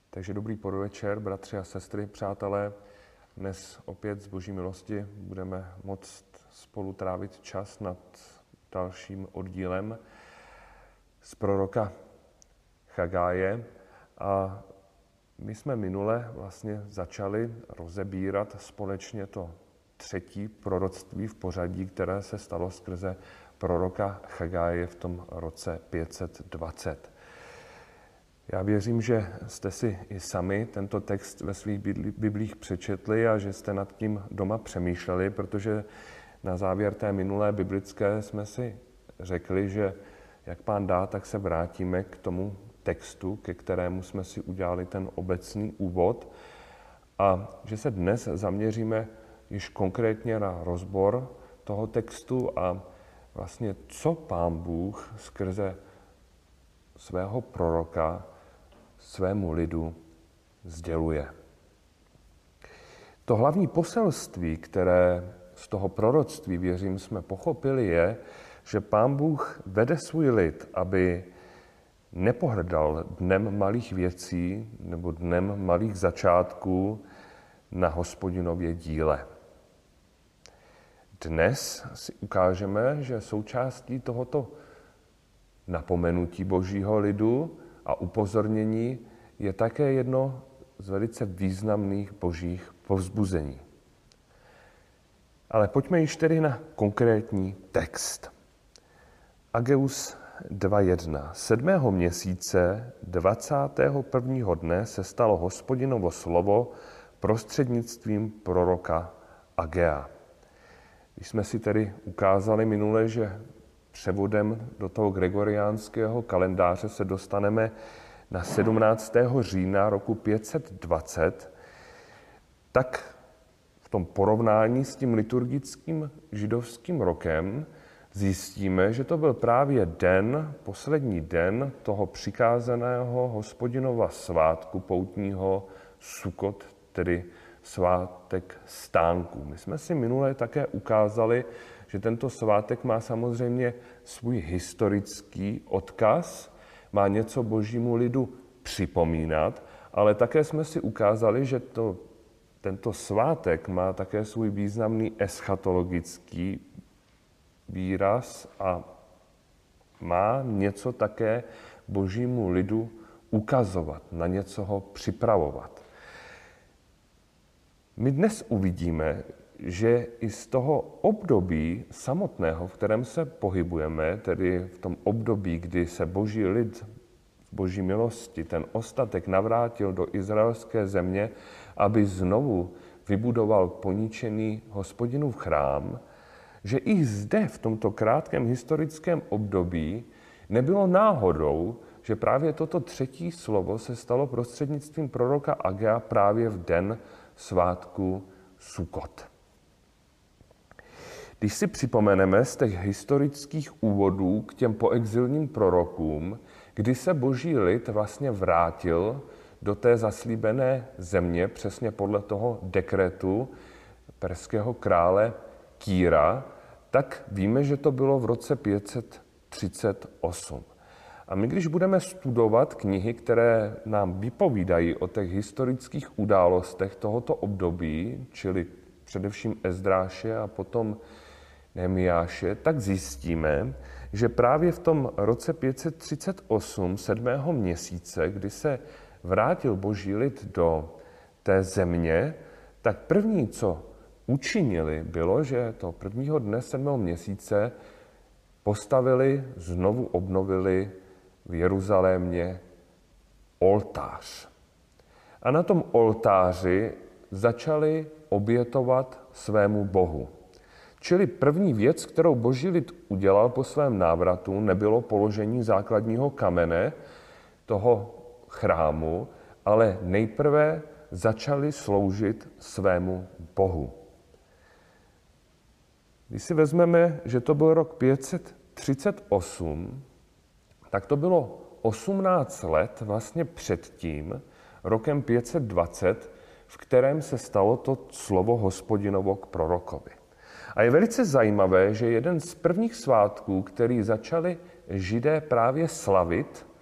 Takže dobrý podvečer, bratři a sestry, přátelé. Dnes opět z Boží milosti budeme moct spolu trávit čas nad dalším oddílem z proroka Chagáje. A my jsme minule vlastně začali rozebírat společně to třetí proroctví v pořadí, které se stalo skrze proroka Chagáje v tom roce 520. Já věřím, že jste si i sami tento text ve svých biblích přečetli a že jste nad tím doma přemýšleli, protože na závěr té minulé biblické jsme si řekli, že jak Pán dá, tak se vrátíme k tomu textu, ke kterému jsme si udělali ten obecný úvod a že se dnes zaměříme již konkrétně na rozbor toho textu a vlastně co Pán Bůh skrze svého proroka svému lidu sděluje. To hlavní poselství, které z toho proroctví, věřím, jsme pochopili, je, že Pán Bůh vede svůj lid, aby nepohrdal dnem malých věcí nebo dnem malých začátků na Hospodinově díle. Dnes si ukážeme, že součástí tohoto napomenutí Božího lidu a upozornění je také jedno z velice významných božích povzbuzení. Ale pojďme již tedy na konkrétní text. Ageus 2.1. 7. měsíce 21. dne se stalo Hospodinovo slovo prostřednictvím proroka Agea. Když jsme si tedy ukázali minule, že převodem do toho gregoriánského kalendáře se dostaneme na 17. října roku 520, tak v tom porovnání s tím liturgickým židovským rokem zjistíme, že to byl právě poslední den toho přikázaného Hospodinova svátku poutního Sukot, tedy svátek stánků. My jsme si minule také ukázali, že tento svátek má samozřejmě svůj historický odkaz, má něco Božímu lidu připomínat, ale také jsme si ukázali, že tento svátek má také svůj významný eschatologický výraz a má něco také Božímu lidu ukazovat, na něco ho připravovat. My dnes uvidíme, že i z toho období samotného, v kterém se pohybujeme, tedy v tom období, kdy se Boží lid v Boží milosti, ten ostatek navrátil do izraelské země, aby znovu vybudoval poničený Hospodinův chrám, že i zde v tomto krátkém historickém období nebylo náhodou, že právě toto třetí slovo se stalo prostřednictvím proroka Agea právě v den svátku Sukot. Když si připomeneme z těch historických úvodů k těm poexilním prorokům, kdy se Boží lid vlastně vrátil do té zaslíbené země, přesně podle toho dekretu perského krále Kýra, tak víme, že to bylo v roce 538. A my, když budeme studovat knihy, které nám vypovídají o těch historických událostech tohoto období, čili především Ezdráše a potom Nehemiáše, tak zjistíme, že právě v tom roce 538, 7. měsíce, kdy se vrátil Boží lid do té země, tak první, co učinili, bylo, že to prvního dne 7. měsíce znovu obnovili v Jeruzalémě oltář. A na tom oltáři začali obětovat svému Bohu. Čili první věc, kterou Boží lid udělal po svém návratu, nebylo položení základního kamene toho chrámu, ale nejprve začali sloužit svému Bohu. Když si vezmeme, že to byl rok 538, tak to bylo 18 let vlastně předtím, rokem 520, v kterém se stalo to slovo Hospodinovo k prorokovi. A je velice zajímavé, že jeden z prvních svátků, který začali Židé právě slavit,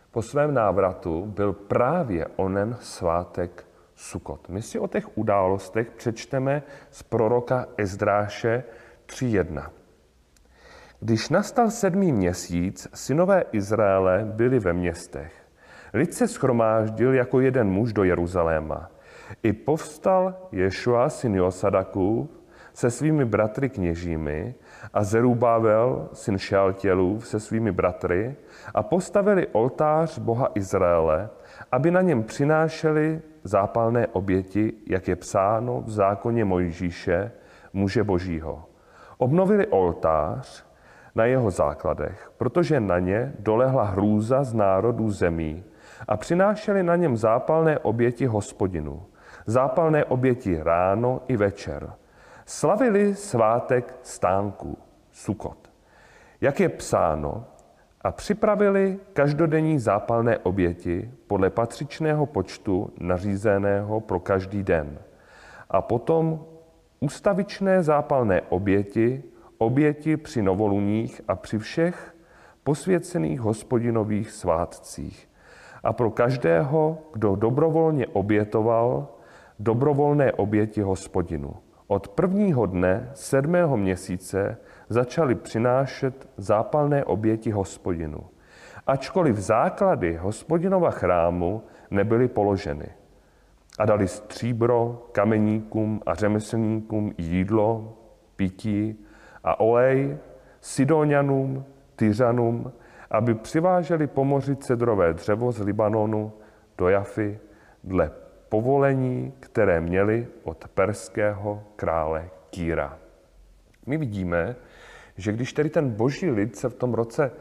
po svém návratu byl právě onen svátek Sukot. My si o těch událostech přečteme z proroka Ezdráše 3.1. Když nastal 7. měsíc, synové Izraele byli ve městech. Lid se shromáždil jako jeden muž do Jeruzaléma. I povstal Ješua, syn Josadakův, se svými bratry kněžími a Zerubábel, syn Šealtělův, se svými bratry a postavili oltář Boha Izraele, aby na něm přinášeli zápalné oběti, jak je psáno v zákoně Mojžíše, muže Božího. Obnovili oltář na jeho základech, protože na ně dolehla hrůza z národů zemí a přinášeli na něm zápalné oběti Hospodinu, zápalné oběti ráno i večer. Slavili svátek stánků, Sukot, jak je psáno, a připravili každodenní zápalné oběti podle patřičného počtu nařízeného pro každý den. A potom ustavičné zápalné oběti při novoluních a při všech posvěcených Hospodinových svátcích. A pro každého, kdo dobrovolně obětoval, dobrovolné oběti Hospodinu. Od prvního dne 7. měsíce začali přinášet zápalné oběti Hospodinu, ačkoliv základy Hospodinova chrámu nebyly položeny. A dali stříbro kameníkům a řemeslníkům jídlo, pití a olej Sidonianům, Tyřanům, aby přiváželi po moři cedrové dřevo z Libanonu do Jafy dle povolení, které měli od perského krále Kýra. My vidíme, že když tedy ten boží lid se v tom roce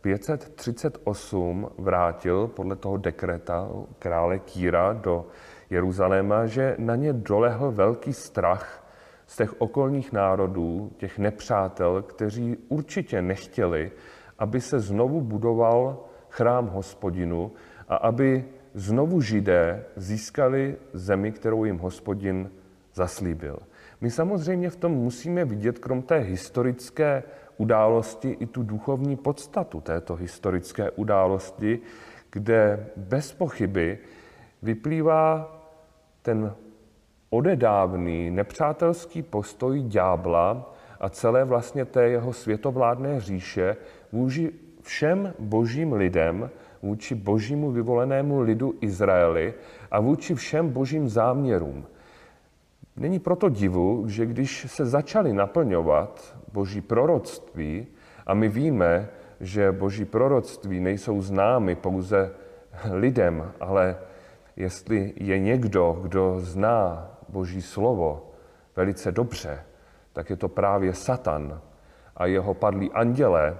538 vrátil podle toho dekreta krále Kýra do Jeruzaléma, že na ně dolehl velký strach z těch okolních národů, těch nepřátel, kteří určitě nechtěli, aby se znovu budoval chrám Hospodinu a aby znovu Židé získali zemi, kterou jim Hospodin zaslíbil. My samozřejmě v tom musíme vidět, krom té historické události, i tu duchovní podstatu této historické události, kde bez pochyby vyplývá ten odedávný nepřátelský postoj ďábla a celé vlastně té jeho světovládné říše vůči všem božím lidem, vůči božímu vyvolenému lidu Izraeli a vůči všem božím záměrům. Není proto divu, že když se začaly naplňovat boží proroctví, a my víme, že boží proroctví nejsou známy pouze lidem, ale jestli je někdo, kdo zná boží slovo velice dobře, tak je to právě Satan a jeho padlí andělé,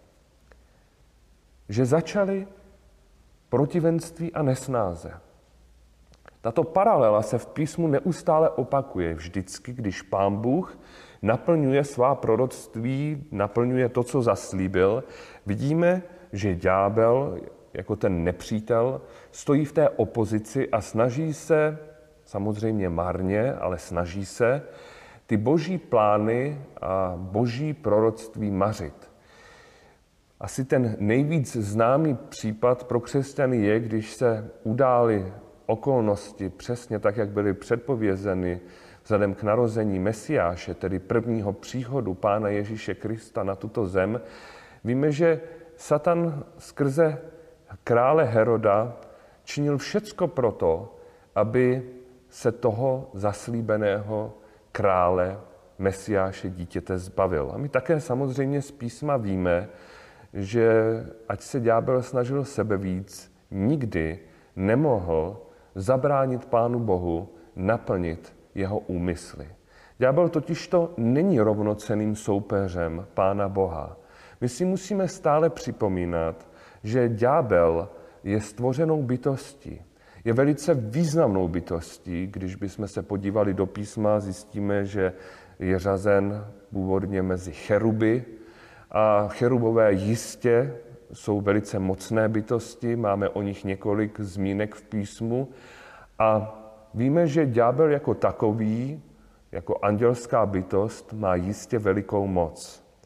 že začaly protivenství a nesnáze. Tato paralela se v písmu neustále opakuje vždycky, když Pán Bůh naplňuje svá proroctví, naplňuje to, co zaslíbil. Vidíme, že ďábel, jako ten nepřítel, stojí v té opozici a snaží se, samozřejmě marně, ale snaží se, ty boží plány a boží proroctví mařit. Asi ten nejvíc známý případ pro křesťany je, když se udály okolnosti přesně tak, jak byly předpovězeny vzhledem k narození Mesiáše, tedy prvního příchodu Pána Ježíše Krista na tuto zem. Víme, že Satan skrze krále Heroda činil všecko proto, aby se toho zaslíbeného krále Mesiáše dítěte zbavil. A my také samozřejmě z písma víme, že ať se ďábel snažil sebevíc, nikdy nemohl zabránit Pánu Bohu naplnit jeho úmysly. Ďábel totižto není rovnocenným soupeřem Pána Boha. My si musíme stále připomínat, že ďábel je stvořenou bytostí. Je velice významnou bytostí, když bychom se podívali do písma, zjistíme, že je řazen původně mezi cheruby a cherubové jistě jsou velice mocné bytosti, máme o nich několik zmínek v písmu a víme, že ďábel jako takový, jako andělská bytost, má jistě velikou moc.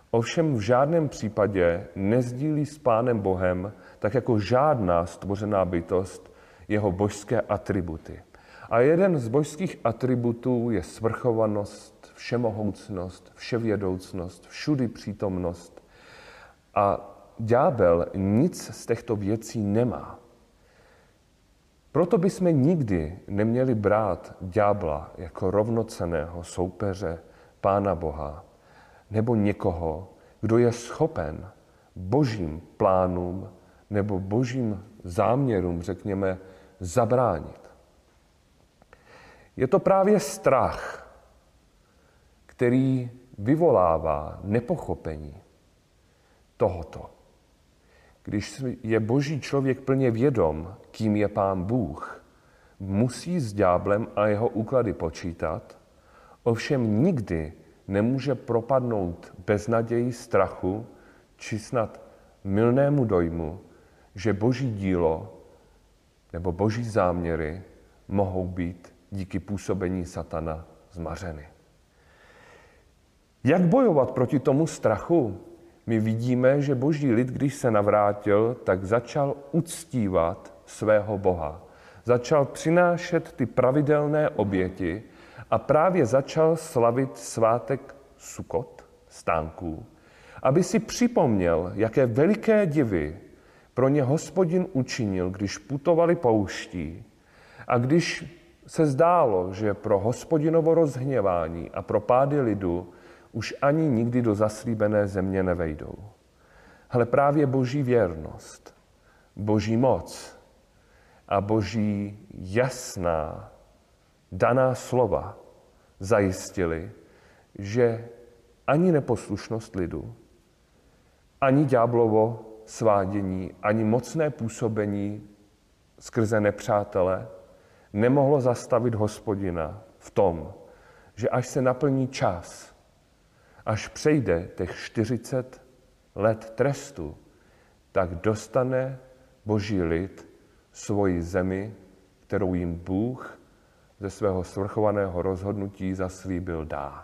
Ovšem v žádném případě nezdílí s Pánem Bohem, tak jako žádná stvořená bytost, jeho božské atributy. A jeden z božských atributů je svrchovanost, všemohoucnost, vševědoucnost, všudy přítomnost. A ďábel nic z těchto věcí nemá. Proto bychom nikdy neměli brát ďábla jako rovnocenného soupeře Pána Boha nebo někoho, kdo je schopen božím plánům nebo božím záměrům, řekněme, zabránit. Je to právě strach, který vyvolává nepochopení tohoto. Když je boží člověk plně vědom, kým je Pán Bůh, musí s ďáblem a jeho úklady počítat, ovšem nikdy nemůže propadnout beznaději strachu či snad mylnému dojmu, že boží dílo nebo boží záměry mohou být díky působení satana zmařeny. Jak bojovat proti tomu strachu? My vidíme, že boží lid, když se navrátil, tak začal uctívat svého Boha. Začal přinášet ty pravidelné oběti a právě začal slavit svátek Sukot, stánků, aby si připomněl, jaké veliké divy pro ně Hospodin učinil, když putovali pouští a když se zdálo, že pro Hospodinovo rozhněvání a pro pády lidu už ani nikdy do zaslíbené země nevejdou. Ale právě boží věrnost, boží moc a boží jasná daná slova zajistili, že ani neposlušnost lidu, ani ďáblovo svádění, ani mocné působení skrze nepřátele nemohlo zastavit Hospodina v tom, že až se naplní čas, až přejde těch 40 let trestu, tak dostane boží lid svoji zemi, kterou jim Bůh ze svého svrchovaného rozhodnutí zaslíbil dá.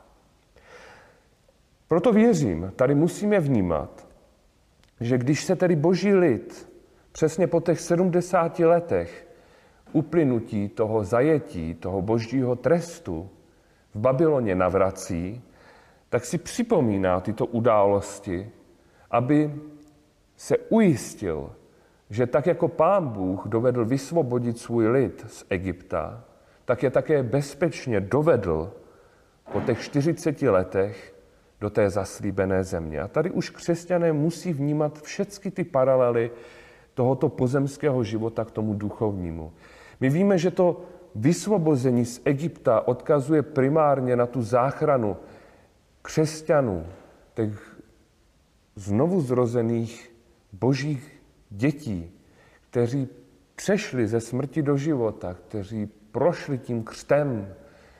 Proto věřím, tady musíme vnímat, že když se tedy boží lid přesně po těch 70 letech uplynutí toho zajetí, toho božího trestu v Babyloně navrací, tak si připomíná tyto události, aby se ujistil, že tak jako Pán Bůh dovedl vysvobodit svůj lid z Egypta, tak je také bezpečně dovedl po těch 40 letech do té zaslíbené země. A tady už křesťané musí vnímat všechny ty paralely tohoto pozemského života k tomu duchovnímu. My víme, že to vysvobození z Egypta odkazuje primárně na tu záchranu křesťanů, těch znovu zrozených božích dětí, kteří přešli ze smrti do života, kteří prošli tím křtem,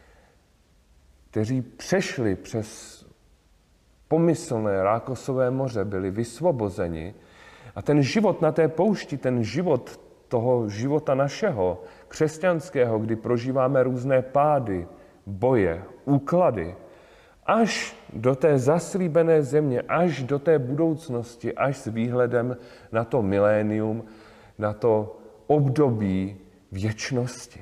kteří přešli přes pomyslné rákosové moře, byli vysvobozeni. A ten život na té poušti, ten život toho života našeho, křesťanského, kdy prožíváme různé pády, boje, úklady, až do té zaslíbené země, až do té budoucnosti, až s výhledem na to milénium, na to období věčnosti.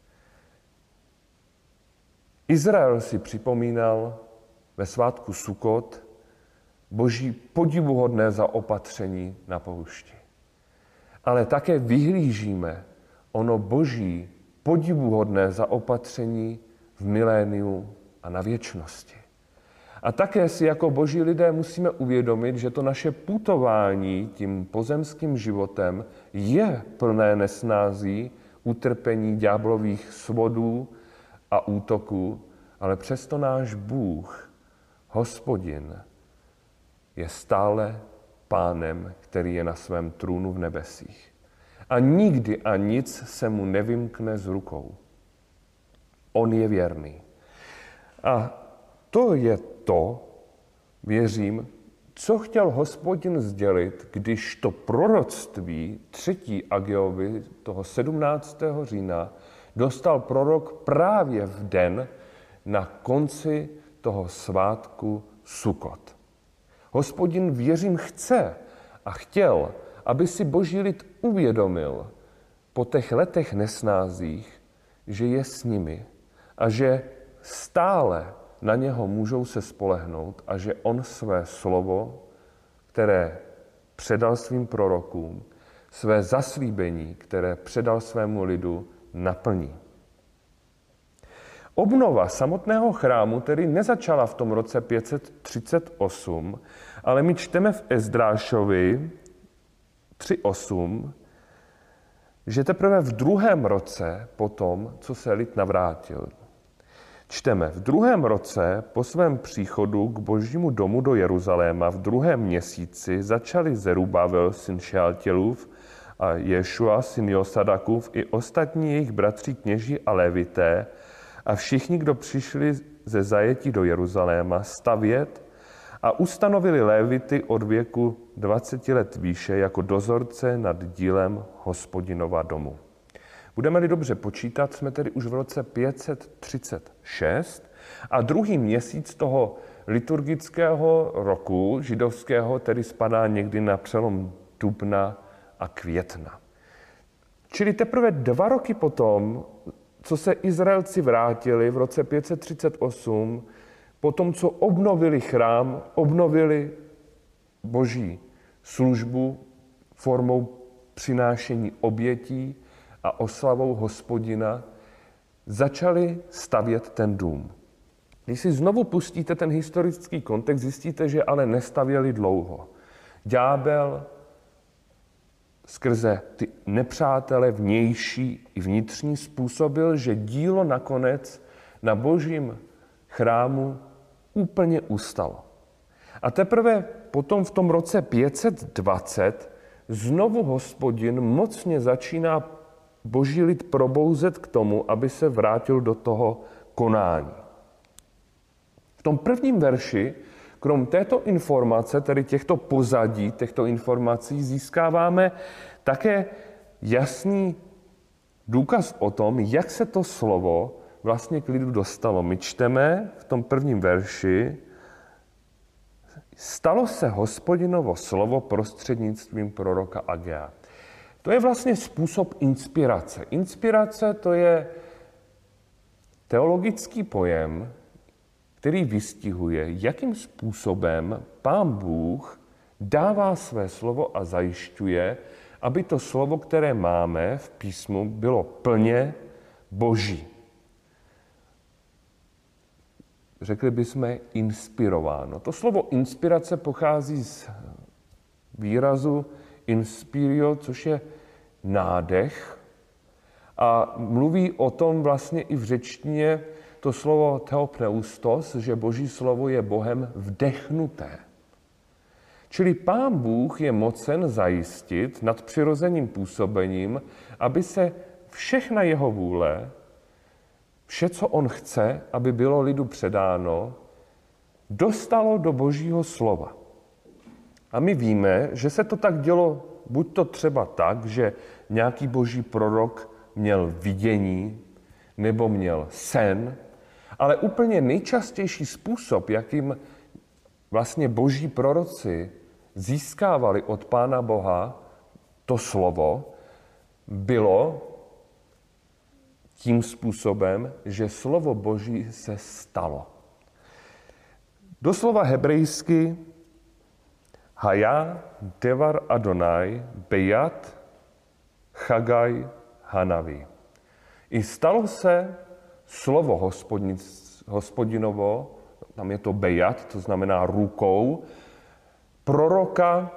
Izrael si připomínal ve svátku Sukot boží podivuhodné zaopatření na poušti. Ale také vyhlížíme ono boží podivuhodné zaopatření v miléniu a na věčnosti. A také si jako boží lidé musíme uvědomit, že to naše putování tím pozemským životem je plné nesnází, utrpení ďáblových svodů a útoků, ale přesto náš Bůh, Hospodin, je stále Pánem, který je na svém trůnu v nebesích. A nikdy a nic se mu nevymkne z rukou. On je věrný. A to je to, věřím, co chtěl Hospodin sdělit, když to proroctví 3. Agiovi, toho 17. října, dostal prorok právě v den na konci toho svátku Sukot. Hospodin, věřím, chce a chtěl, aby si Boží lid uvědomil po těch letech nesnázích, že je s nimi a že stále na něho můžou se spolehnout a že on své slovo, které předal svým prorokům, své zaslíbení, které předal svému lidu, naplní. Obnova samotného chrámu tedy nezačala v tom roce 538, ale my čteme v Ezdrášovi 3:8, že teprve v 2. roce potom, co se lid navrátil. Čteme, v 2. roce po svém příchodu k Božímu domu do Jeruzaléma v 2. měsíci začali Zerubabel, syn Šealtělův, a Ješua, syn Josadakův, i ostatní jejich bratři kněží a lévité a všichni, kdo přišli ze zajetí do Jeruzaléma, stavět a ustanovili lévity od věku 20 let výše jako dozorce nad dílem Hospodinova domu. Budeme-li dobře počítat, jsme tedy už v roce 536 a 2. měsíc toho liturgického roku židovského tedy spadá někdy na přelom dubna a května. Čili teprve 2 roky potom, co se Izraelci vrátili v roce 538, potom, co obnovili chrám, obnovili Boží službu formou přinášení obětí a oslavou Hospodina, začali stavět ten dům. Když si znovu pustíte ten historický kontext, zjistíte, že ale nestavěli dlouho. Ďábel skrze ty nepřátele vnější i vnitřní způsobil, že dílo nakonec na Božím chrámu úplně ustalo. A teprve potom v tom roce 520 znovu Hospodin mocně začíná Boží lid probouzet k tomu, aby se vrátil do toho konání. V tom 1. verši, krom této informace, tedy těchto pozadí, těchto informací, získáváme také jasný důkaz o tom, jak se to slovo vlastně k lidu dostalo. My čteme v tom 1. verši: stalo se Hospodinovo slovo prostřednictvím proroka Agea. To je vlastně způsob inspirace. Inspirace to je teologický pojem, který vystihuje, jakým způsobem Pán Bůh dává své slovo a zajišťuje, aby to slovo, které máme v písmu, bylo plně Boží. Řekli bychom inspirováno. To slovo inspirace pochází z výrazu inspirio, což je nádech, a mluví o tom vlastně i v řečtině to slovo theopneustos, že Boží slovo je Bohem vdechnuté. Čili Pán Bůh je mocen zajistit nadpřirozeným působením, aby se všechna jeho vůle, vše, co on chce, aby bylo lidu předáno, dostalo do Božího slova. A my víme, že se to tak dělo buď to třeba tak, že nějaký boží prorok měl vidění nebo měl sen, ale úplně nejčastější způsob, jakým vlastně boží proroci získávali od Pána Boha to slovo, bylo tím způsobem, že slovo Boží se stalo. Doslova hebrejsky Haja devar Adonai bejat Chagai Hanavi. I stalo se slovo Hospodinovo, tam je to bejat, to znamená rukou, proroka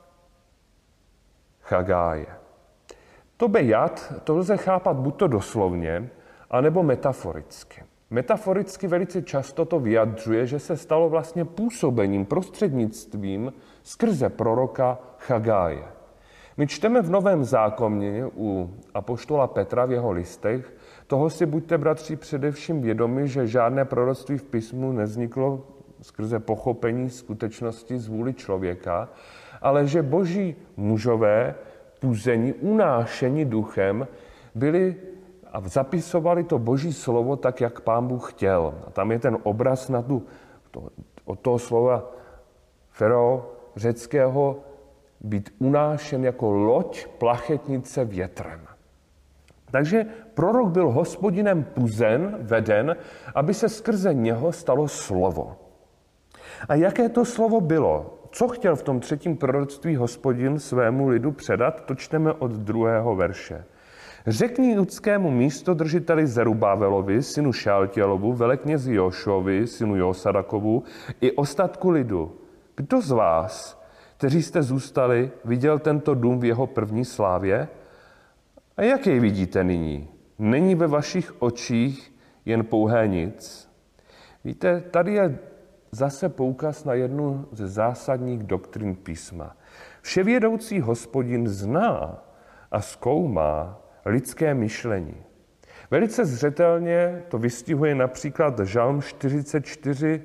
Chagáje. To bejat, to lze chápat buď to doslovně, anebo metaforicky. Metaforicky velice často to vyjadřuje, že se stalo vlastně působením, prostřednictvím skrze proroka Chagáje. My čteme v Novém zákoně u apoštola Petra v jeho listech, toho si buďte, bratři, především vědomi, že žádné proroctví v písmu nevzniklo skrze pochopení skutečnosti z vůli člověka, ale že boží mužové půzení, unášení duchem, byli a zapisovali to boží slovo tak, jak Pán Bůh chtěl. A tam je ten obraz od toho slova Feró řeckého být unášen jako loď plachetnice větrem. Takže prorok byl Hospodinem puzen, veden, aby se skrze něho stalo slovo. A jaké to slovo bylo? Co chtěl v tom 3. proroctví Hospodin svému lidu předat? To čteme od 2. verše. Řekni judskému místodržiteli Zerubábelovi, synu Šaltělovu, veleknězi Jošovi, synu Josadakovu, i ostatku lidu. Kdo z vás, kteří jste zůstali, viděl tento dům v jeho první slávě? A jak jej vidíte nyní? Není ve vašich očích jen pouhé nic? Víte, tady je zase poukaz na jednu ze zásadních doktrin písma. Vševědoucí Hospodin zná a zkoumá lidské myšlení. Velice zřetelně to vystihuje například Žalm 44,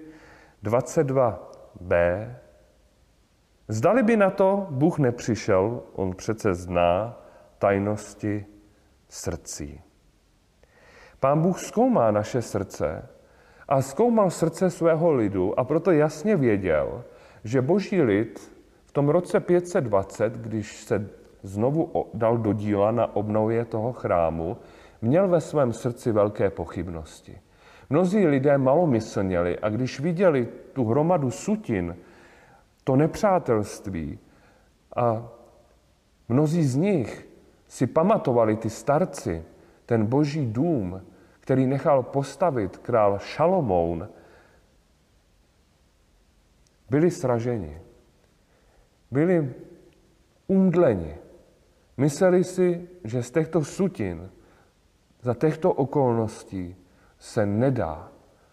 22b. Zdali by na to Bůh nepřišel, on přece zná tajnosti srdcí. Pán Bůh zkoumá naše srdce a zkoumal srdce svého lidu a proto jasně věděl, že boží lid v tom roce 520, když se znovu dal do díla na obnově toho chrámu, měl ve svém srdci velké pochybnosti. Mnozí lidé malomyslněli a když viděli tu hromadu sutin, to nepřátelství a mnozí z nich si pamatovali, ty starci, ten boží dům, který nechal postavit král Šalomoun, byli sraženi, byli umdleni. Mysleli si, že z těchto sutin, za těchto okolností se nedá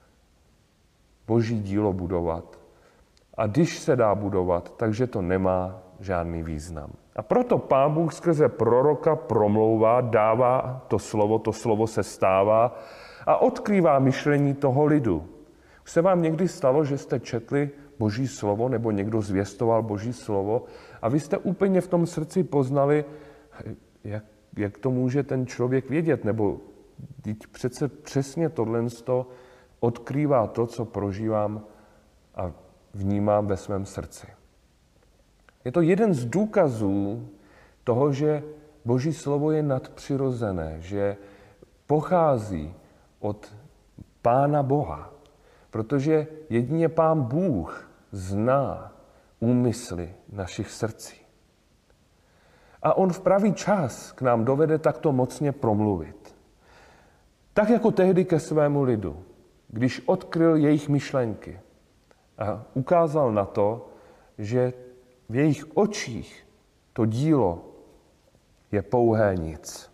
boží dílo budovat. A když se dá budovat, takže to nemá žádný význam. A proto Pán Bůh skrze proroka promlouvá, dává to slovo se stává a odkrývá myšlení toho lidu. Už se vám někdy stalo, že jste četli boží slovo nebo někdo zvěstoval boží slovo a vy jste úplně v tom srdci poznali, jak to může ten člověk vědět, nebo přece přesně tohle odkrývá to, co prožívám a vnímám ve svém srdci. Je to jeden z důkazů toho, že boží slovo je nadpřirozené, že pochází od Pána Boha, protože jedině Pán Bůh zná úmysly našich srdcí. A on v pravý čas k nám dovede takto mocně promluvit. Tak jako tehdy ke svému lidu, když odkryl jejich myšlenky a ukázal na to, že v jejich očích to dílo je pouhé nic.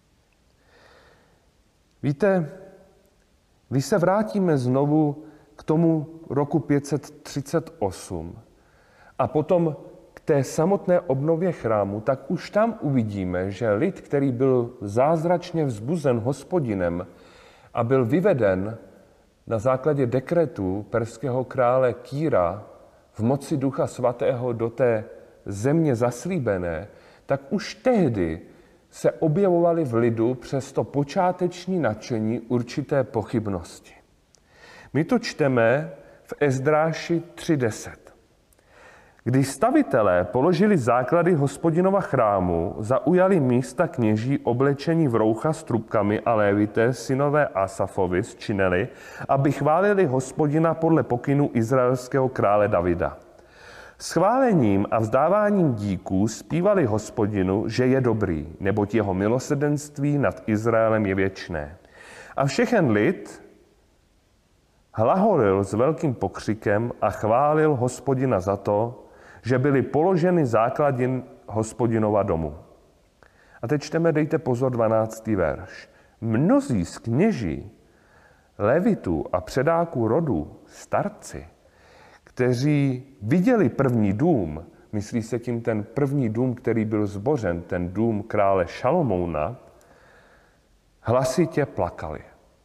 Víte, když se vrátíme znovu k tomu roku 538 a potom k té samotné obnově chrámu, tak už tam uvidíme, že lid, který byl zázračně vzbuzen Hospodinem a byl vyveden na základě dekretu perského krále Kýra v moci Ducha Svatého do té země zaslíbené, tak už tehdy se objevovaly v lidu přes to počáteční nadšení určité pochybnosti. My to čteme v Ezdráši 3.10. Když stavitelé položili základy Hospodinova chrámu, zaujali místa kněží oblečení v roucha s trubkami a lévité, synové Asafovi, zčinili, aby chválili Hospodina podle pokynu izraelského krále Davida. S chválením a vzdáváním díků zpívali Hospodinu, že je dobrý, neboť jeho milosrdenství nad Izraelem je věčné. A všechen lid hlaholil s velkým pokřikem a chválil Hospodina za to, že byly položeny základy Hospodinova domu. A teď čteme, dejte pozor, 12. verš. Mnozí z kněží, levitů a předáků rodu, starci, kteří viděli první dům, myslí se tím ten první dům, který byl zbořen, ten dům krále Šalomouna, hlasitě plakali,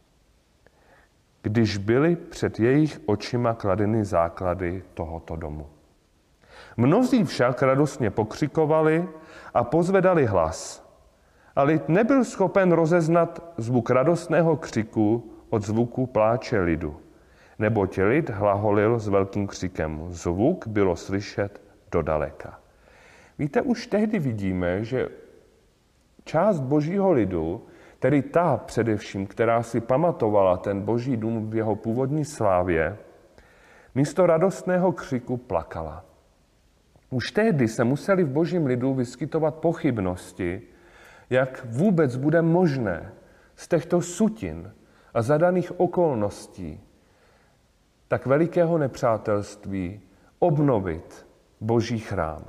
když byly před jejich očima kladeny základy tohoto domu. Mnozí však radostně pokřikovali a pozvedali hlas. A lid nebyl schopen rozeznat zvuk radostného křiku od zvuku pláče lidu. neboť lid hlaholil s velkým křikem. Zvuk bylo slyšet dodaleka. Víte, už tehdy vidíme, že část božího lidu, tedy ta především, která si pamatovala ten boží dům v jeho původní slávě, místo radostného křiku plakala. Už tehdy se museli v božím lidu vyskytovat pochybnosti, jak vůbec bude možné z těchto sutin a zadaných okolností tak velikého nepřátelství obnovit boží chrám.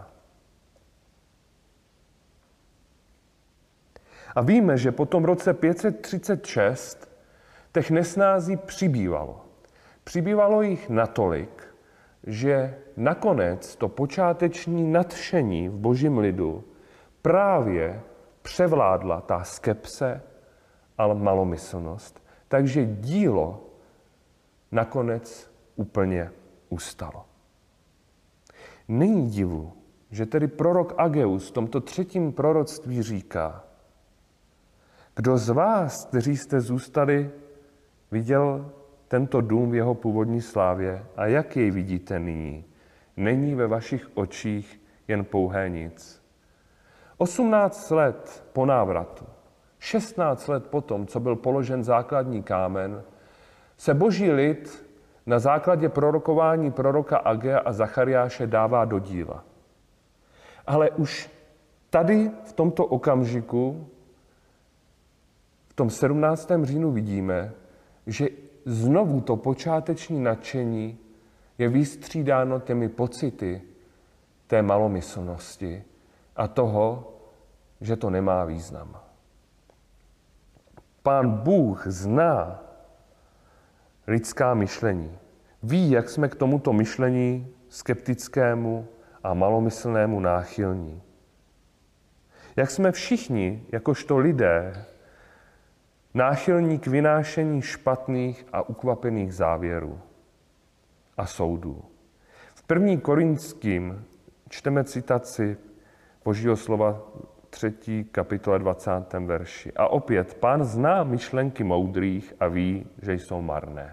A víme, že po tom roce 536 těch nesnází přibývalo. Přibývalo jich natolik, že nakonec to počáteční nadšení v božím lidu právě převládla ta skepse a malomyslnost. Takže dílo nakonec úplně ustalo. Není divu, že tedy prorok Ageus v tomto 3. proroctví říká: kdo z vás, kteří jste zůstali, viděl tento dům v jeho původní slávě a jak jej vidíte nyní? Není ve vašich očích jen pouhé nic. 18 let po návratu, 16 let potom, co byl položen základní kámen, se boží lid na základě prorokování proroka Agea a Zachariáše dává do díla. Ale už tady v tomto okamžiku, v tom 17. říjnu vidíme, že znovu to počáteční nadšení je vystřídáno těmi pocity té malomyslnosti a toho, že to nemá význam. Pán Bůh zná lidská myšlení. Ví, jak jsme k tomuto myšlení skeptickému a malomyslnému náchylní. Jak jsme všichni, jakožto lidé, náchylní k vynášení špatných a ukvapených závěrů a soudů. V 1. Korinským čteme citaci Božího slova 3. kapitole 20. verši. A opět, Pán zná myšlenky moudrých a ví, že jsou marné.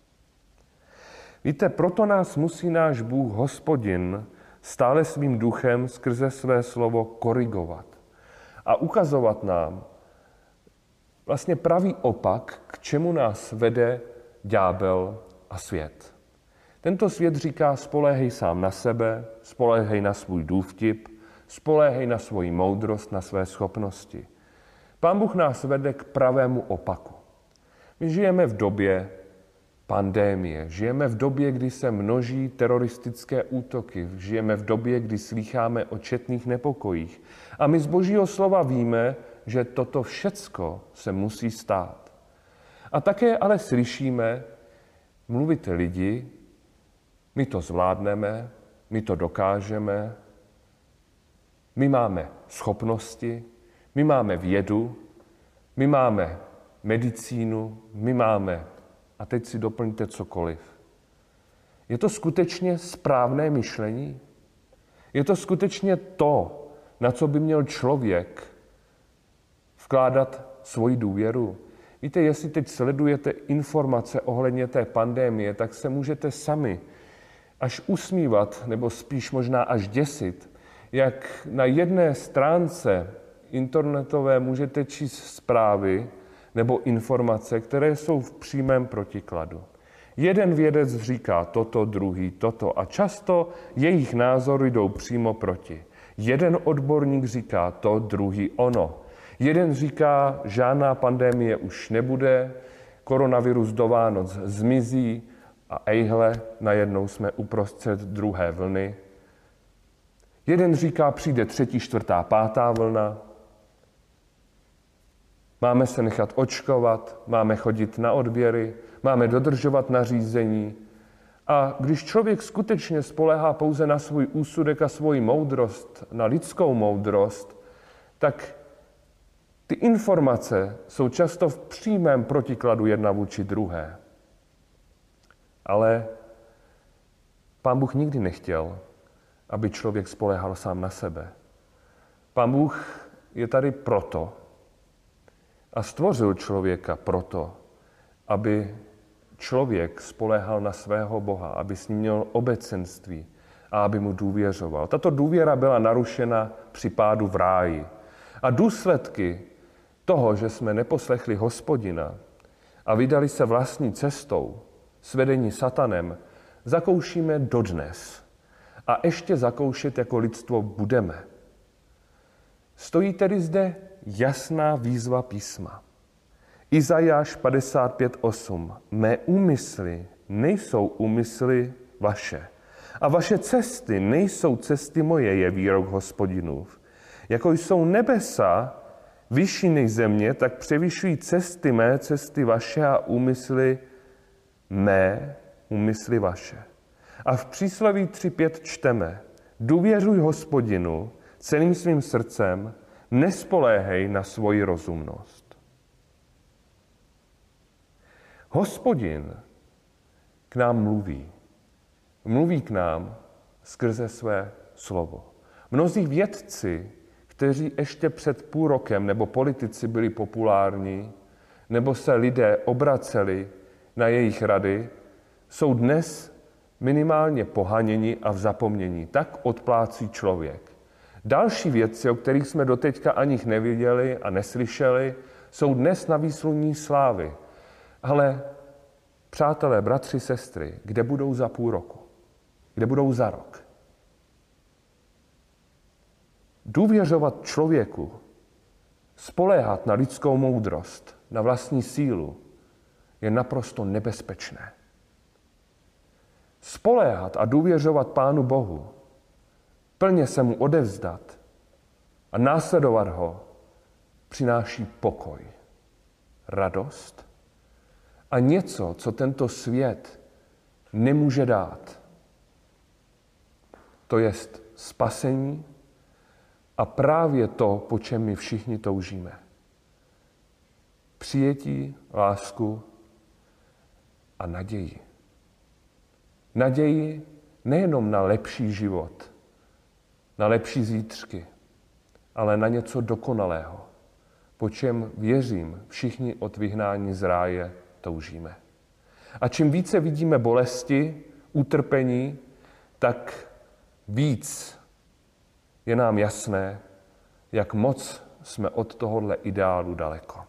Víte, proto nás musí náš Bůh, Hospodin, stále svým duchem skrze své slovo korigovat a ukazovat nám vlastně pravý opak, k čemu nás vede ďábel a svět. Tento svět říká: spoléhej sám na sebe, spoléhej na svůj důvtip, spoléhej na svoji moudrost, na své schopnosti. Pán Bůh nás vede k pravému opaku. My žijeme v době pandémie, žijeme v době, kdy se množí teroristické útoky, žijeme v době, kdy slýcháme o četných nepokojích. A my z Božího slova víme, že toto všecko se musí stát. A také ale slyšíme mluvit lidi: my to zvládneme, my to dokážeme, my máme schopnosti, my máme vědu, my máme medicínu, my máme, a teď si doplňte cokoliv. Je to skutečně správné myšlení? Je to skutečně to, na co by měl člověk vkládat svoji důvěru? Víte, jestli teď sledujete informace ohledně té pandémie, tak se můžete sami až usmívat, nebo spíš možná až děsit, jak na jedné stránce internetové můžete číst zprávy nebo informace, které jsou v přímém protikladu. Jeden vědec říká toto, druhý toto a často jejich názory jdou přímo proti. Jeden odborník říká to, druhý ono. Jeden říká, žádná pandemie už nebude, koronavirus do Vánoc zmizí a ejhle, najednou jsme uprostřed druhé vlny. Jeden říká, přijde 3., 4., 5. vlna. Máme se nechat očkovat, máme chodit na odběry, máme dodržovat nařízení. A když člověk skutečně spoléhá pouze na svůj úsudek a svoji moudrost, na lidskou moudrost, tak ty informace jsou často v přímém protikladu jedna vůči druhé. Ale Pán Bůh nikdy nechtěl, aby člověk spoléhal sám na sebe. Pán Bůh je tady proto a stvořil člověka proto, aby člověk spoléhal na svého Boha, aby s ním měl obecenství a aby mu důvěřoval. Tato důvěra byla narušena při pádu v ráji. A důsledky toho, že jsme neposlechli Hospodina a vydali se vlastní cestou, svedení satanem, zakoušíme dodnes. A ještě zakoušet jako lidstvo budeme. Stojí tedy zde jasná výzva písma. Izajáš 55:8. Mé úmysly nejsou úmysly vaše. A vaše cesty nejsou cesty moje, je výrok Hospodinův. Jako jsou nebesa vyšší než země, tak převyšují cesty mé, cesty vaše a úmysly mé, úmysly vaše. A v přísloví 3:5 čteme: důvěřuj Hospodinu celým svým srdcem, nespoléhej na svoji rozumnost. Hospodin k nám mluví. Mluví k nám skrze své slovo. Mnozí vědci, kteří ještě před půl rokem nebo politici byli populární, nebo se lidé obraceli na jejich rady, jsou dnes minimálně pohaněni a v zapomnění. Tak odplácí člověk. Další vědci, o kterých jsme doteďka ani neviděli a neslyšeli, jsou dnes na výsluní slávy. Ale přátelé, bratři, sestry, kde budou za půl roku? Kde budou za rok? Důvěřovat člověku, spoléhat na lidskou moudrost, na vlastní sílu, je naprosto nebezpečné. Spoléhat a důvěřovat Pánu Bohu, plně se mu odevzdat a následovat ho, přináší pokoj, radost a něco, co tento svět nemůže dát. To jest spasení a právě to, po čem my všichni toužíme. Přijetí, lásku a naději. Naději nejenom na lepší život, na lepší zítřky, ale na něco dokonalého, po čem, věřím, všichni od vyhnání z ráje toužíme. A čím více vidíme bolesti, utrpení, tak víc je nám jasné, jak moc jsme od tohohle ideálu daleko.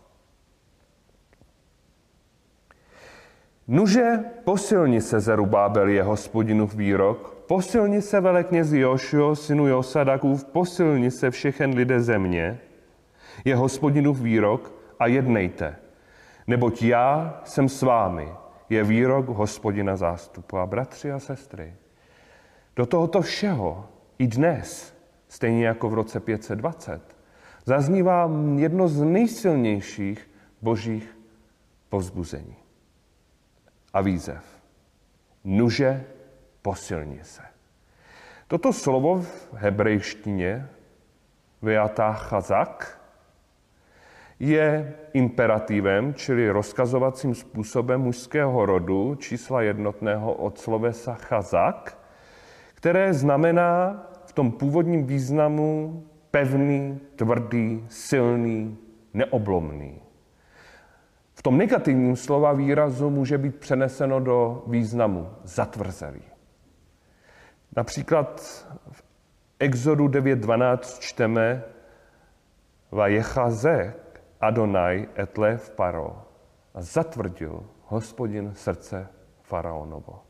Nuže, posilni se, Zerubábel, je Hospodinův výrok, posilni se, veleknězi Jošuo, synu Josadakův, posilni se všechen lidé země, je Hospodinův výrok, a jednejte, neboť já jsem s vámi, je výrok Hospodina zástupu. A bratři a sestry, do tohoto všeho i dnes, stejně jako v roce 520, zaznívá jedno z nejsilnějších božích povzbuzení a výzev. Nuže, posilni se. Toto slovo v hebrejštině, veatá chazak, je imperativem, čili rozkazovacím způsobem mužského rodu, čísla jednotného od slovesa chazak, které znamená v tom původním významu pevný, tvrdý, silný, neoblomný. V tom negativním slova výrazu může být přeneseno do významu zatvrzelý. Například v Exodu 9.12 čteme Vajechazek Adonai etlev paro, a zatvrdil Hospodin srdce faraonovo.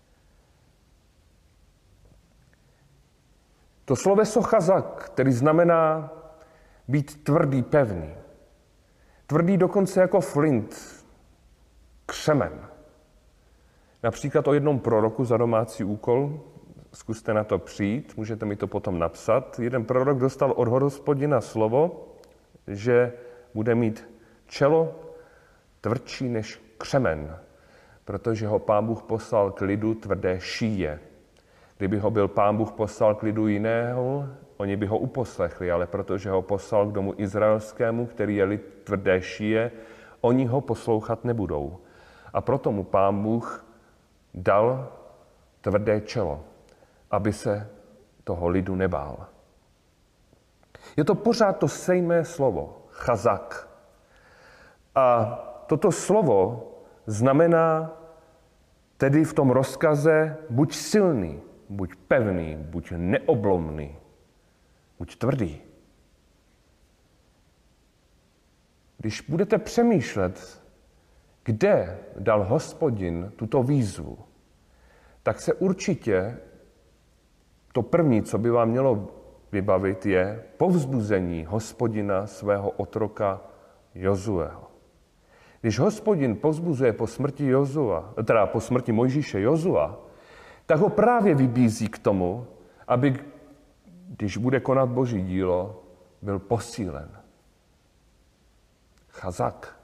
To sloveso chazak, který znamená být tvrdý, pevný. Tvrdý dokonce jako flint, křemen. Například o jednom proroku za domácí úkol, zkuste na to přijít, můžete mi to potom napsat. Jeden prorok dostal od Hospodina slovo, že bude mít čelo tvrdší než křemen, protože ho Pán Bůh poslal k lidu tvrdé šíje. Kdyby ho byl Pán Bůh poslal k lidu jiného, oni by ho uposlechli, ale protože ho poslal k domu izraelskému, který je lid tvrdé šíje, oni ho poslouchat nebudou. A proto mu Pán Bůh dal tvrdé čelo, aby se toho lidu nebál. Je to pořád to stejné slovo, chazak. A toto slovo znamená Tedy v tom rozkaze buď silný, buď pevný, buď neoblomný, buď tvrdý. Když budete přemýšlet, kde dal Hospodin tuto výzvu, tak se určitě to první, co by vám mělo vybavit, je povzbuzení Hospodina svého otroka Jozueho. Když Hospodin povzbuzuje po smrti Mojžíše Jozua, tak ho právě vybízí k tomu, aby, když bude konat Boží dílo, byl posílen. Chazak.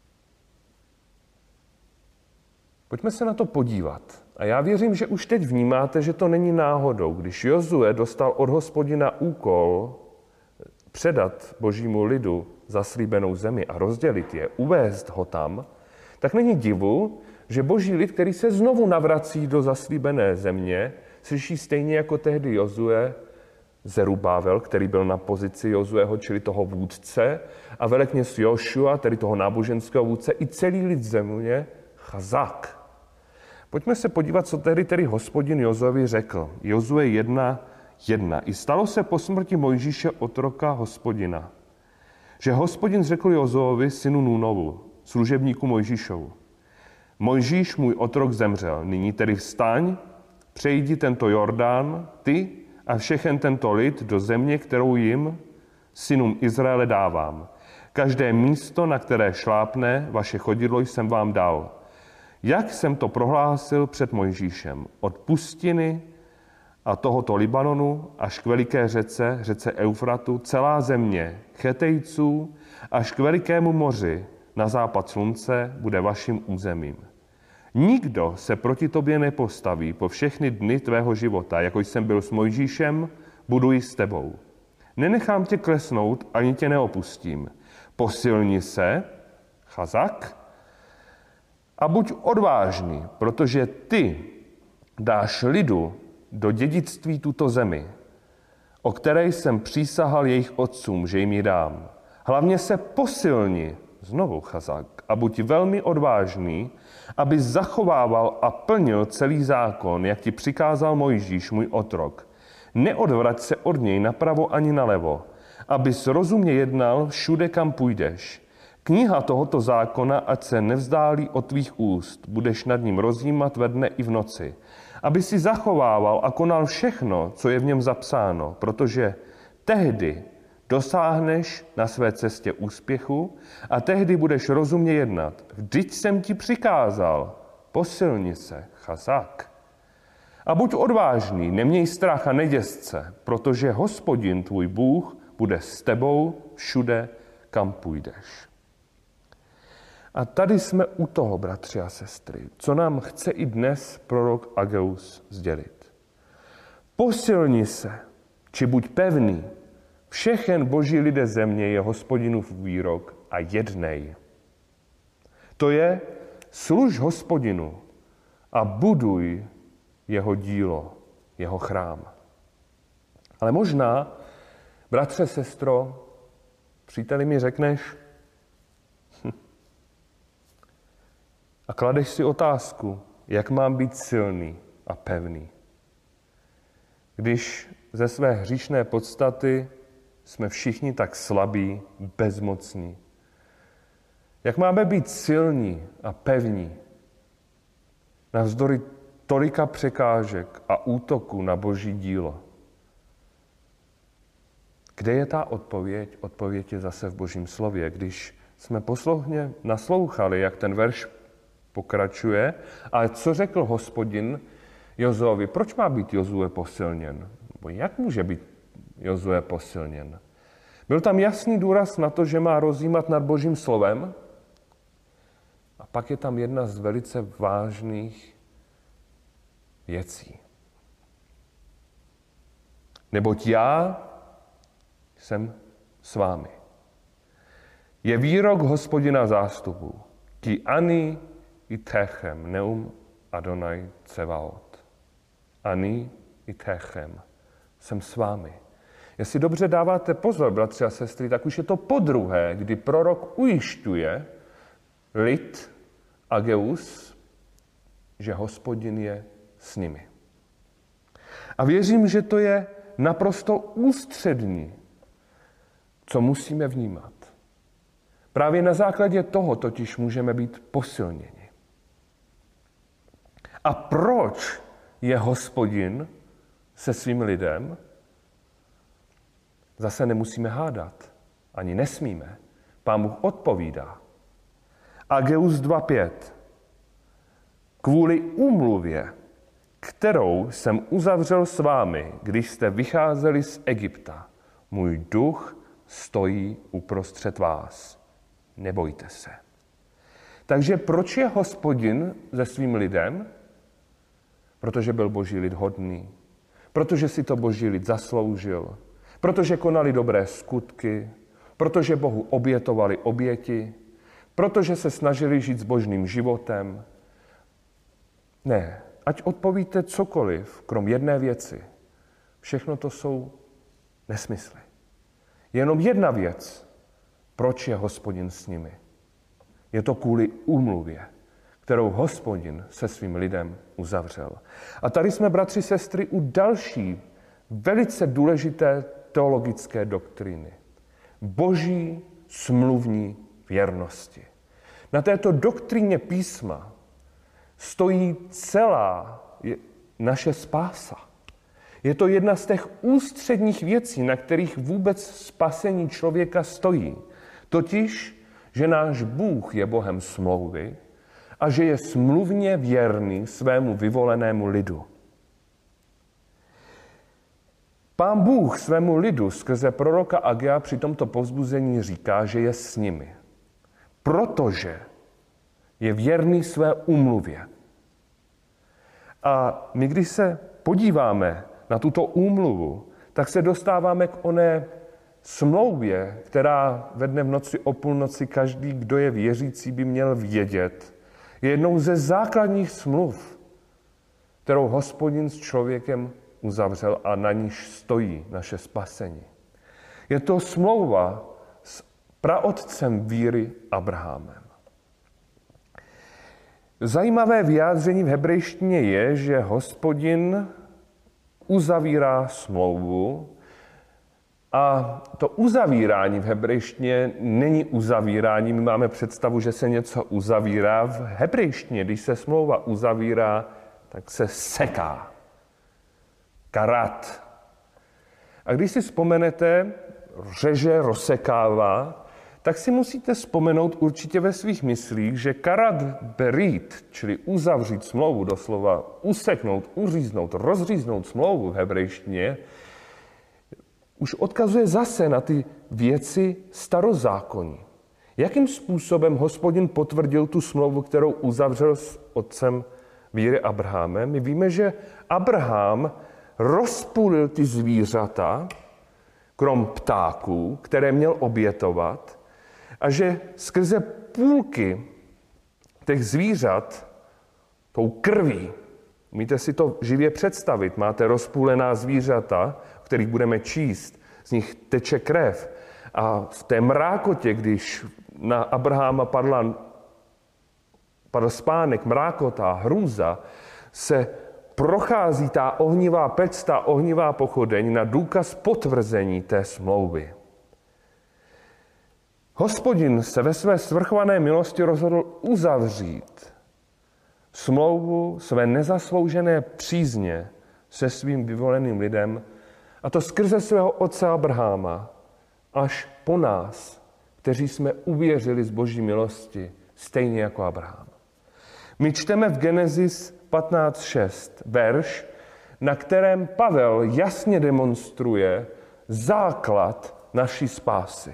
Pojďme se na to podívat. A já věřím, že už teď vnímáte, že to není náhodou. Když Jozue dostal od Hospodina úkol předat Božímu lidu zaslíbenou zemi a rozdělit je, uvést ho tam, tak není divu, že Boží lid, který se znovu navrací do zaslíbené země, slyší stejně jako tehdy Jozue Zerubábel, který byl na pozici Jozueho, čili toho vůdce, a velekněz Jošua, tedy toho náboženského vůdce, i celý lid země, Chazak. Pojďme se podívat, co tedy Hospodin Jozuevi řekl. Jozue 1:1. I stalo se po smrti Mojžíše otroka Hospodina, že Hospodin řekl Jozuevi, synu Núnovu, služebníku Mojžíšovu: Mojžíš, můj otrok, zemřel. Nyní tedy vstaň, přejdi tento Jordán, ty a všechen tento lid do země, kterou jim, synům Izraele, dávám. Každé místo, na které šlápne vaše chodidlo, jsem vám dal. Jak jsem to prohlásil před Mojžíšem, od pustiny a tohoto Libanonu až k veliké řece Eufratu, celá země Chetejců až k velikému moři na západ slunce bude vaším územím. Nikdo se proti tobě nepostaví po všechny dny tvého života, jako jsem byl s Mojžíšem, budu i s tebou. Nenechám tě klesnout, ani tě neopustím. Posilni se, Chazak, a buď odvážný, protože ty dáš lidu do dědictví tuto zemi, o které jsem přísahal jejich otcům, že jim ji dám. Hlavně se posilni, znovu Chazak, a buď velmi odvážný, aby zachovával a plnil celý zákon, jak ti přikázal Mojžíš, můj otrok. Neodvrať se od něj napravo ani nalevo, abys rozumně jednal všude, kam půjdeš. Kniha tohoto zákona, ať se nevzdálí od tvých úst, budeš nad ním rozjímat ve dne i v noci, aby si zachovával a konal všechno, co je v něm zapsáno, protože tehdy dosáhneš na své cestě úspěchu a tehdy budeš rozumně jednat. Vždyť jsem ti přikázal, posilni se, Chazak. A buď odvážný, neměj strach a neděs se, protože Hospodin, tvůj Bůh, bude s tebou všude, kam půjdeš. A tady jsme u toho, bratři a sestry, co nám chce i dnes prorok Ageus sdělit. Posilni se, či buď pevný, všechen boží lidé země je Hospodinův výrok a jednej. To je, služ Hospodinu a buduj jeho dílo, jeho chrám. Ale možná, bratře, sestro, příteli, mi řekneš a kladeš si otázku, jak mám být silný a pevný. Když ze své hříšné podstaty jsme všichni tak slabí, bezmocní. Jak máme být silní a pevní navzdory tolika překážek a útoků na boží dílo? Kde je ta odpověď? Odpověď je zase v božím slově. Když jsme poslouchně naslouchali, jak ten verš pokračuje, a co řekl Hospodin Jozuovi? Proč má být Jozue posilněn? Nebo jak může být Jozue posilněn? Byl tam jasný důraz na to, že má rozjímat nad božím slovem, a pak je tam jedna z velice vážných věcí. Neboť já jsem s vámi. Je výrok Hospodina zástupů. Ki ani itechem neum Adonai Tsevaot. Ani itechem. Jsem s vámi. Jestli dobře dáváte pozor, bratři a sestry, tak už je to podruhé, kdy prorok ujišťuje lid Ageus, že Hospodin je s nimi. A věřím, že to je naprosto ústřední, co musíme vnímat. Právě na základě toho totiž můžeme být posilněni. A proč je Hospodin se svým lidem? Zase nemusíme hádat, ani nesmíme. Pán Bůh odpovídá. Ageus 2.5. Kvůli úmluvě, kterou jsem uzavřel s vámi, když jste vycházeli z Egypta, můj duch stojí uprostřed vás. Nebojte se. Takže proč je Hospodin se svým lidem? Protože byl Boží lid hodný. Protože si to Boží lid zasloužil. Protože konali dobré skutky. Protože Bohu obětovali oběti. Protože se snažili žít zbožným životem. Ne, ať odpovíte cokoliv, krom jedné věci. Všechno to jsou nesmysly. Jenom jedna věc, proč je Hospodin s nimi. Je to kvůli úmluvě, kterou Hospodin se svým lidem uzavřel. A tady jsme, bratři, sestry, u další velice důležité teologické doktríny. Boží smluvní věrnosti. Na této doktríně písma stojí celá naše spása. Je to jedna z těch ústředních věcí, na kterých vůbec spasení člověka stojí. Totiž, že náš Bůh je Bohem smlouvy a že je smluvně věrný svému vyvolenému lidu. Pán Bůh svému lidu skrze proroka Agea při tomto povzbuzení říká, že je s nimi. Protože je věrný své úmluvě. A my, když se podíváme na tuto úmluvu, tak se dostáváme k oné smlouvě, která ve dne v noci o půlnoci každý, kdo je věřící, by měl vědět. Je jednou ze základních smluv, kterou Hospodin s člověkem uzavřel a na níž stojí naše spasení. Je to smlouva s praotcem víry Abrahamem. Zajímavé vyjádření v hebrejštině je, že Hospodin uzavírá smlouvu a to uzavírání v hebrejštině není uzavírání. My máme představu, že se něco uzavírá. V hebrejštině, když se smlouva uzavírá, tak se seká. Karat. A když si vzpomenete, řeže, rozsekává, tak si musíte vzpomenout určitě ve svých myslích, že karat berit, čili uzavřít smlouvu, doslova useknout, uříznout, rozříznout smlouvu v hebrejštině, už odkazuje zase na ty věci starozákonní. Jakým způsobem Hospodin potvrdil tu smlouvu, kterou uzavřel s otcem víry Abrahamem? My víme, že Abraham rozpůlil ty zvířata, krom ptáků, které měl obětovat, a že skrze půlky těch zvířat, tou krví, umíte si to živě představit, máte rozpůlená zvířata, o kterých budeme číst, z nich teče krev. A v té mrákotě, když na Abraháma padl spánek, mrákota, hrůza, se prochází ta ohnivá pec, ta ohnivá pochodeň na důkaz potvrzení té smlouvy. Hospodin se ve své svrchované milosti rozhodl uzavřít smlouvu své nezasloužené přízně se svým vyvoleným lidem, a to skrze svého otce Abraháma, až po nás, kteří jsme uvěřili z Boží milosti, stejně jako Abraham. My čteme v Genesis 15.6 verš, na kterém Pavel jasně demonstruje základ naší spásy.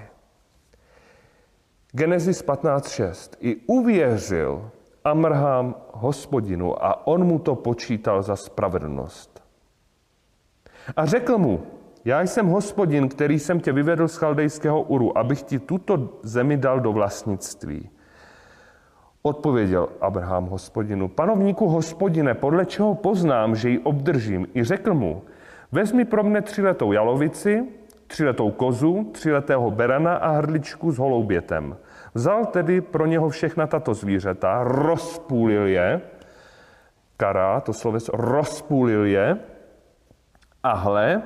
Genesis 15.6. I uvěřil Abraham Hospodinu a on mu to počítal za spravedlnost. A řekl mu, já jsem Hospodin, který jsem tě vyvedl z chaldejského Uru, abych ti tuto zemi dal do vlastnictví. Odpověděl Abraham Hospodinu, panovníku Hospodine, podle čeho poznám, že ji obdržím? I řekl mu, vezmi pro mne 3letou jalovici, 3letou kozu, 3letého berana a hrdličku s holoubětem. Vzal tedy pro něho všechna tato zvířata, rozpůlil je, skara, to sloveso rozpůlil je a hle,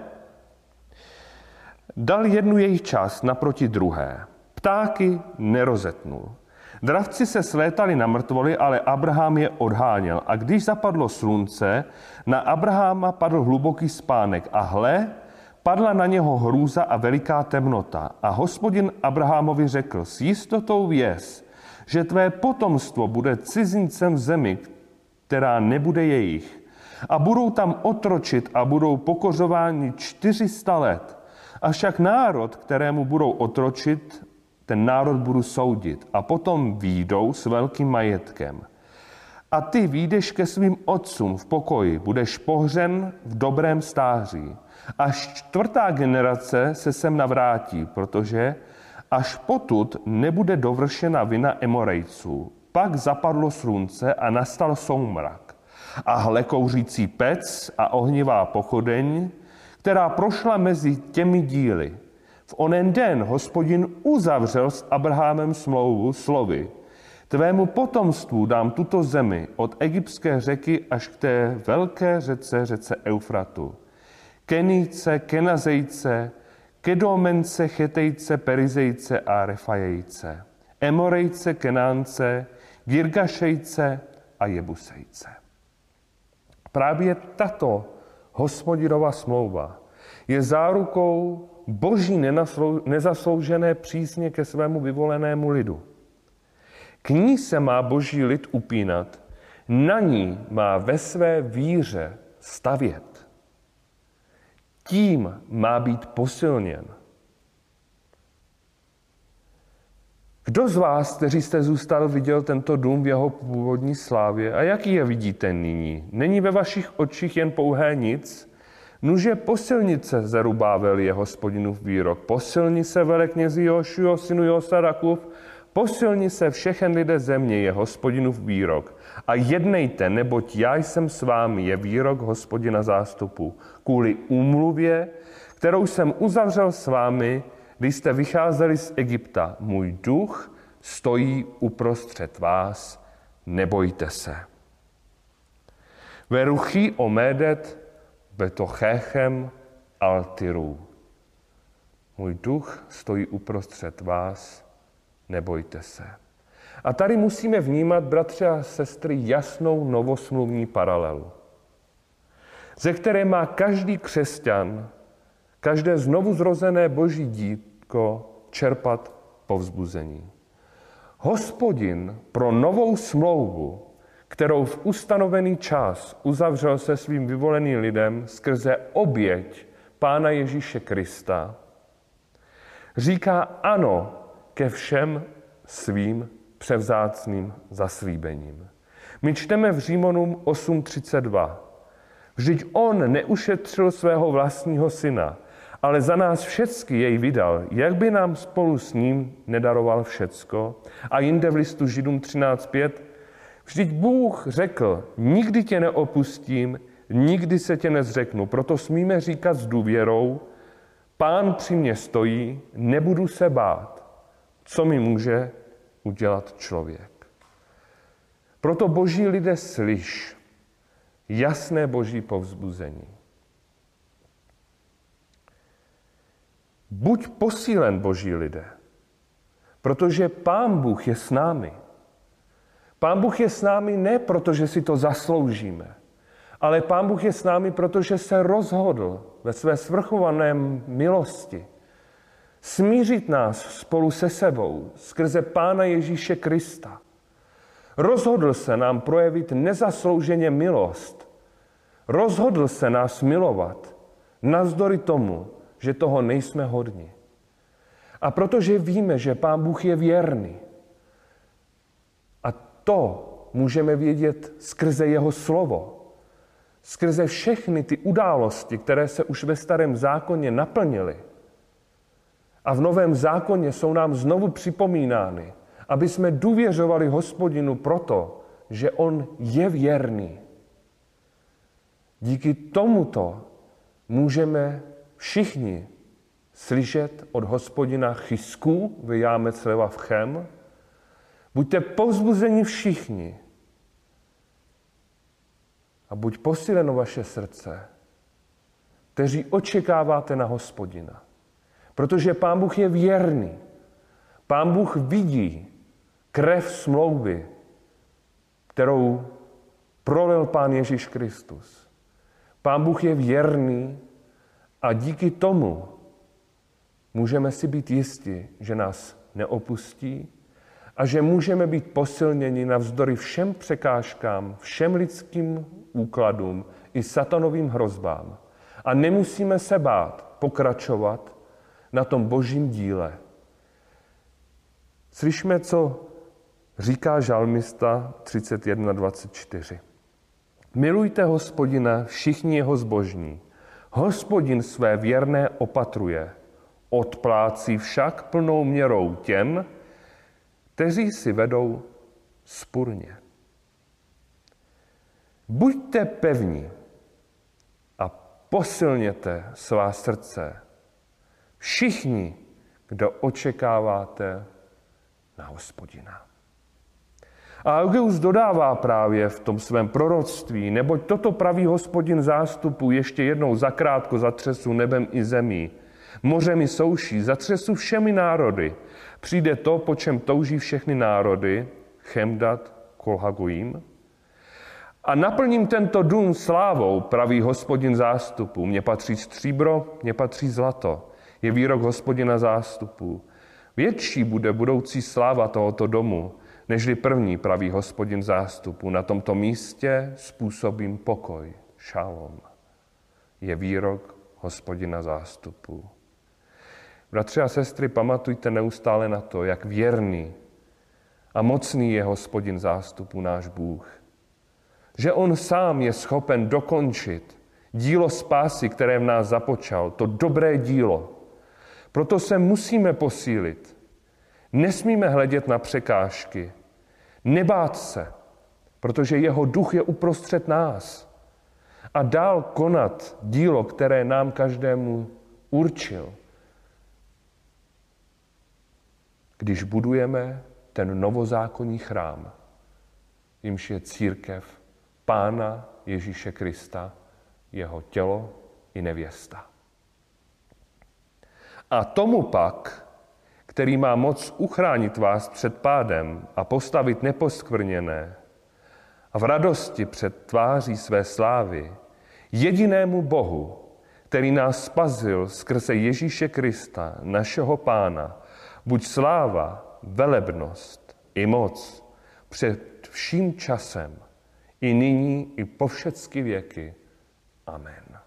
dal jednu jejich část naproti druhé. Ptáky nerozetnul. Dravci se slétali na mrtvoly, ale Abraham je odháněl. A když zapadlo slunce, na Abrahama padl hluboký spánek a hle, padla na něho hrůza a veliká temnota. A Hospodin Abrahamovi řekl, s jistotou věz, že tvé potomstvo bude cizincem v zemi, která nebude jejich. A budou tam otročit a budou pokořováni 400 let. Avšak národ, kterému budou otročit, ten národ budu soudit. A potom výjdou s velkým majetkem. A ty výjdeš ke svým otcům v pokoji, budeš pohřen v dobrém stáří. Až 4. generace se sem navrátí, protože až potud nebude dovršena vina Emorejců. Pak zapadlo slunce a nastal soumrak. A hle kouřící pec a ohnivá pochodeň, která prošla mezi těmi díly. V onen den Hospodin uzavřel s Abrahamem smlouvu slovy. Tvému potomstvu dám tuto zemi od egyptské řeky až k té velké řece Eufratu. Kenijce, Kenazejce, Kedomence, Chetejce, Perizejce a Refajejce. Emorejce, Kenánce, Girgašejce a Jebusejce. Právě tato Hospodinova smlouva je zárukou boží nezasloužené přízně ke svému vyvolenému lidu. K ní se má boží lid upínat, na ní má ve své víře stavět. Tím má být posilněn. Kdo z vás, kteří jste zůstal, viděl tento dům v jeho původní slávě a jaký je vidíte nyní? Není ve vašich očích jen pouhé nic? Nuže posilnit se, Zerubábel, je Hospodinův výrok. Posilni se, veleknězi Jošuo, synu Josadakův, posilni se všechen lidé země, je Hospodinův výrok. A jednejte, neboť já jsem s vámi, je výrok Hospodina zástupu. Kvůli úmluvě, kterou jsem uzavřel s vámi, když jste vycházeli z Egypta. Můj duch stojí uprostřed vás, nebojte se. Veruchí omedet betochechem altiru. Můj duch stojí uprostřed vás, nebojte se. A tady musíme vnímat, bratři a sestry, jasnou novosmluvní paralelu, ze které má každý křesťan, každé znovuzrozené boží dítko čerpat povzbuzení. Hospodin pro novou smlouvu, kterou v ustanovený čas uzavřel se svým vyvoleným lidem skrze oběť Pána Ježíše Krista, říká ano ke všem svým převzácným zaslíbením. My čteme v Římanům 8:32. Vždyť on neušetřil svého vlastního syna, ale za nás všecky jej vydal, jak by nám spolu s ním nedaroval všecko. A jinde v listu Židům 13:5. Vždyť Bůh řekl, nikdy tě neopustím, nikdy se tě nezřeknu. Proto smíme říkat s důvěrou, Pán při mně stojí, nebudu se bát, co mi může udělat člověk. Proto boží lidé slyš, jasné boží povzbuzení. Buď posílen, boží lidé, protože Pán Bůh je s námi. Pán Bůh je s námi ne proto, že si to zasloužíme, ale Pán Bůh je s námi, protože se rozhodl ve své svrchované milosti smířit nás spolu se sebou skrze Pána Ježíše Krista. Rozhodl se nám projevit nezaslouženě milost. Rozhodl se nás milovat navzdory tomu, že toho nejsme hodni. A protože víme, že Pán Bůh je věrný, a to můžeme vědět skrze jeho slovo, skrze všechny ty události, které se už ve Starém zákoně naplnily a v Novém zákoně jsou nám znovu připomínány, aby jsme důvěřovali Hospodinu proto, že on je věrný. Díky tomuto můžeme všichni slyšet od Hospodina chysku, vyjáme chleba vchem. Buďte povzbuzeni všichni, a buď posíleno vaše srdce, kteří očekáváte na Hospodina. Protože Pán Bůh je věrný. Pán Bůh vidí krev smlouvy, kterou prolil Pán Ježíš Kristus. Pán Bůh je věrný a díky tomu můžeme si být jisti, že nás neopustí a že můžeme být posilněni navzdory všem překážkám, všem lidským úkladům i satanovým hrozbám. A nemusíme se bát pokračovat na tom božím díle. Slyšme, co říká žalmista 31:24. Milujte Hospodina, všichni jeho zbožní. Hospodin své věrné opatruje, odplácí však plnou měrou těm, kteří si vedou vzpurně. Buďte pevní a posilněte svá srdce. Všichni, kdo očekáváte na Hospodina. A Ageus dodává právě v tom svém proroctví, neboť toto praví Hospodin zástupu, ještě jednou zakrátko zatřesu nebem i zemí, mořem i souší, zatřesu všemi národy. Přijde to, po čem touží všechny národy, Chemdat, Kolhagoim. A naplním tento dům slávou, praví Hospodin zástupu. Mně patří stříbro, mně patří zlato. Je výrok Hospodina zástupů. Větší bude budoucí sláva tohoto domu, nežli první, praví Hospodin zástupu. Na tomto místě způsobím pokoj, šalom. Je výrok Hospodina zástupu. Bratři a sestry, pamatujte neustále na to, jak věrný a mocný je Hospodin zástupu, náš Bůh. Že on sám je schopen dokončit dílo spásy, které v nás započal, to dobré dílo. Proto se musíme posílit. Nesmíme hledět na překážky. Nebát se, protože jeho duch je uprostřed nás. A dál konat dílo, které nám každému určil. Když budujeme ten novozákonní chrám, jimž je církev Pána Ježíše Krista, jeho tělo i nevěsta. A tomu pak, který má moc uchránit vás před pádem a postavit neposkvrněné a v radosti před tváří své slávy, jedinému Bohu, který nás spasил skrze Ježíše Krista, našeho Pána, buď sláva, velebnost i moc před vším časem, i nyní, i po všechny věky. Amen.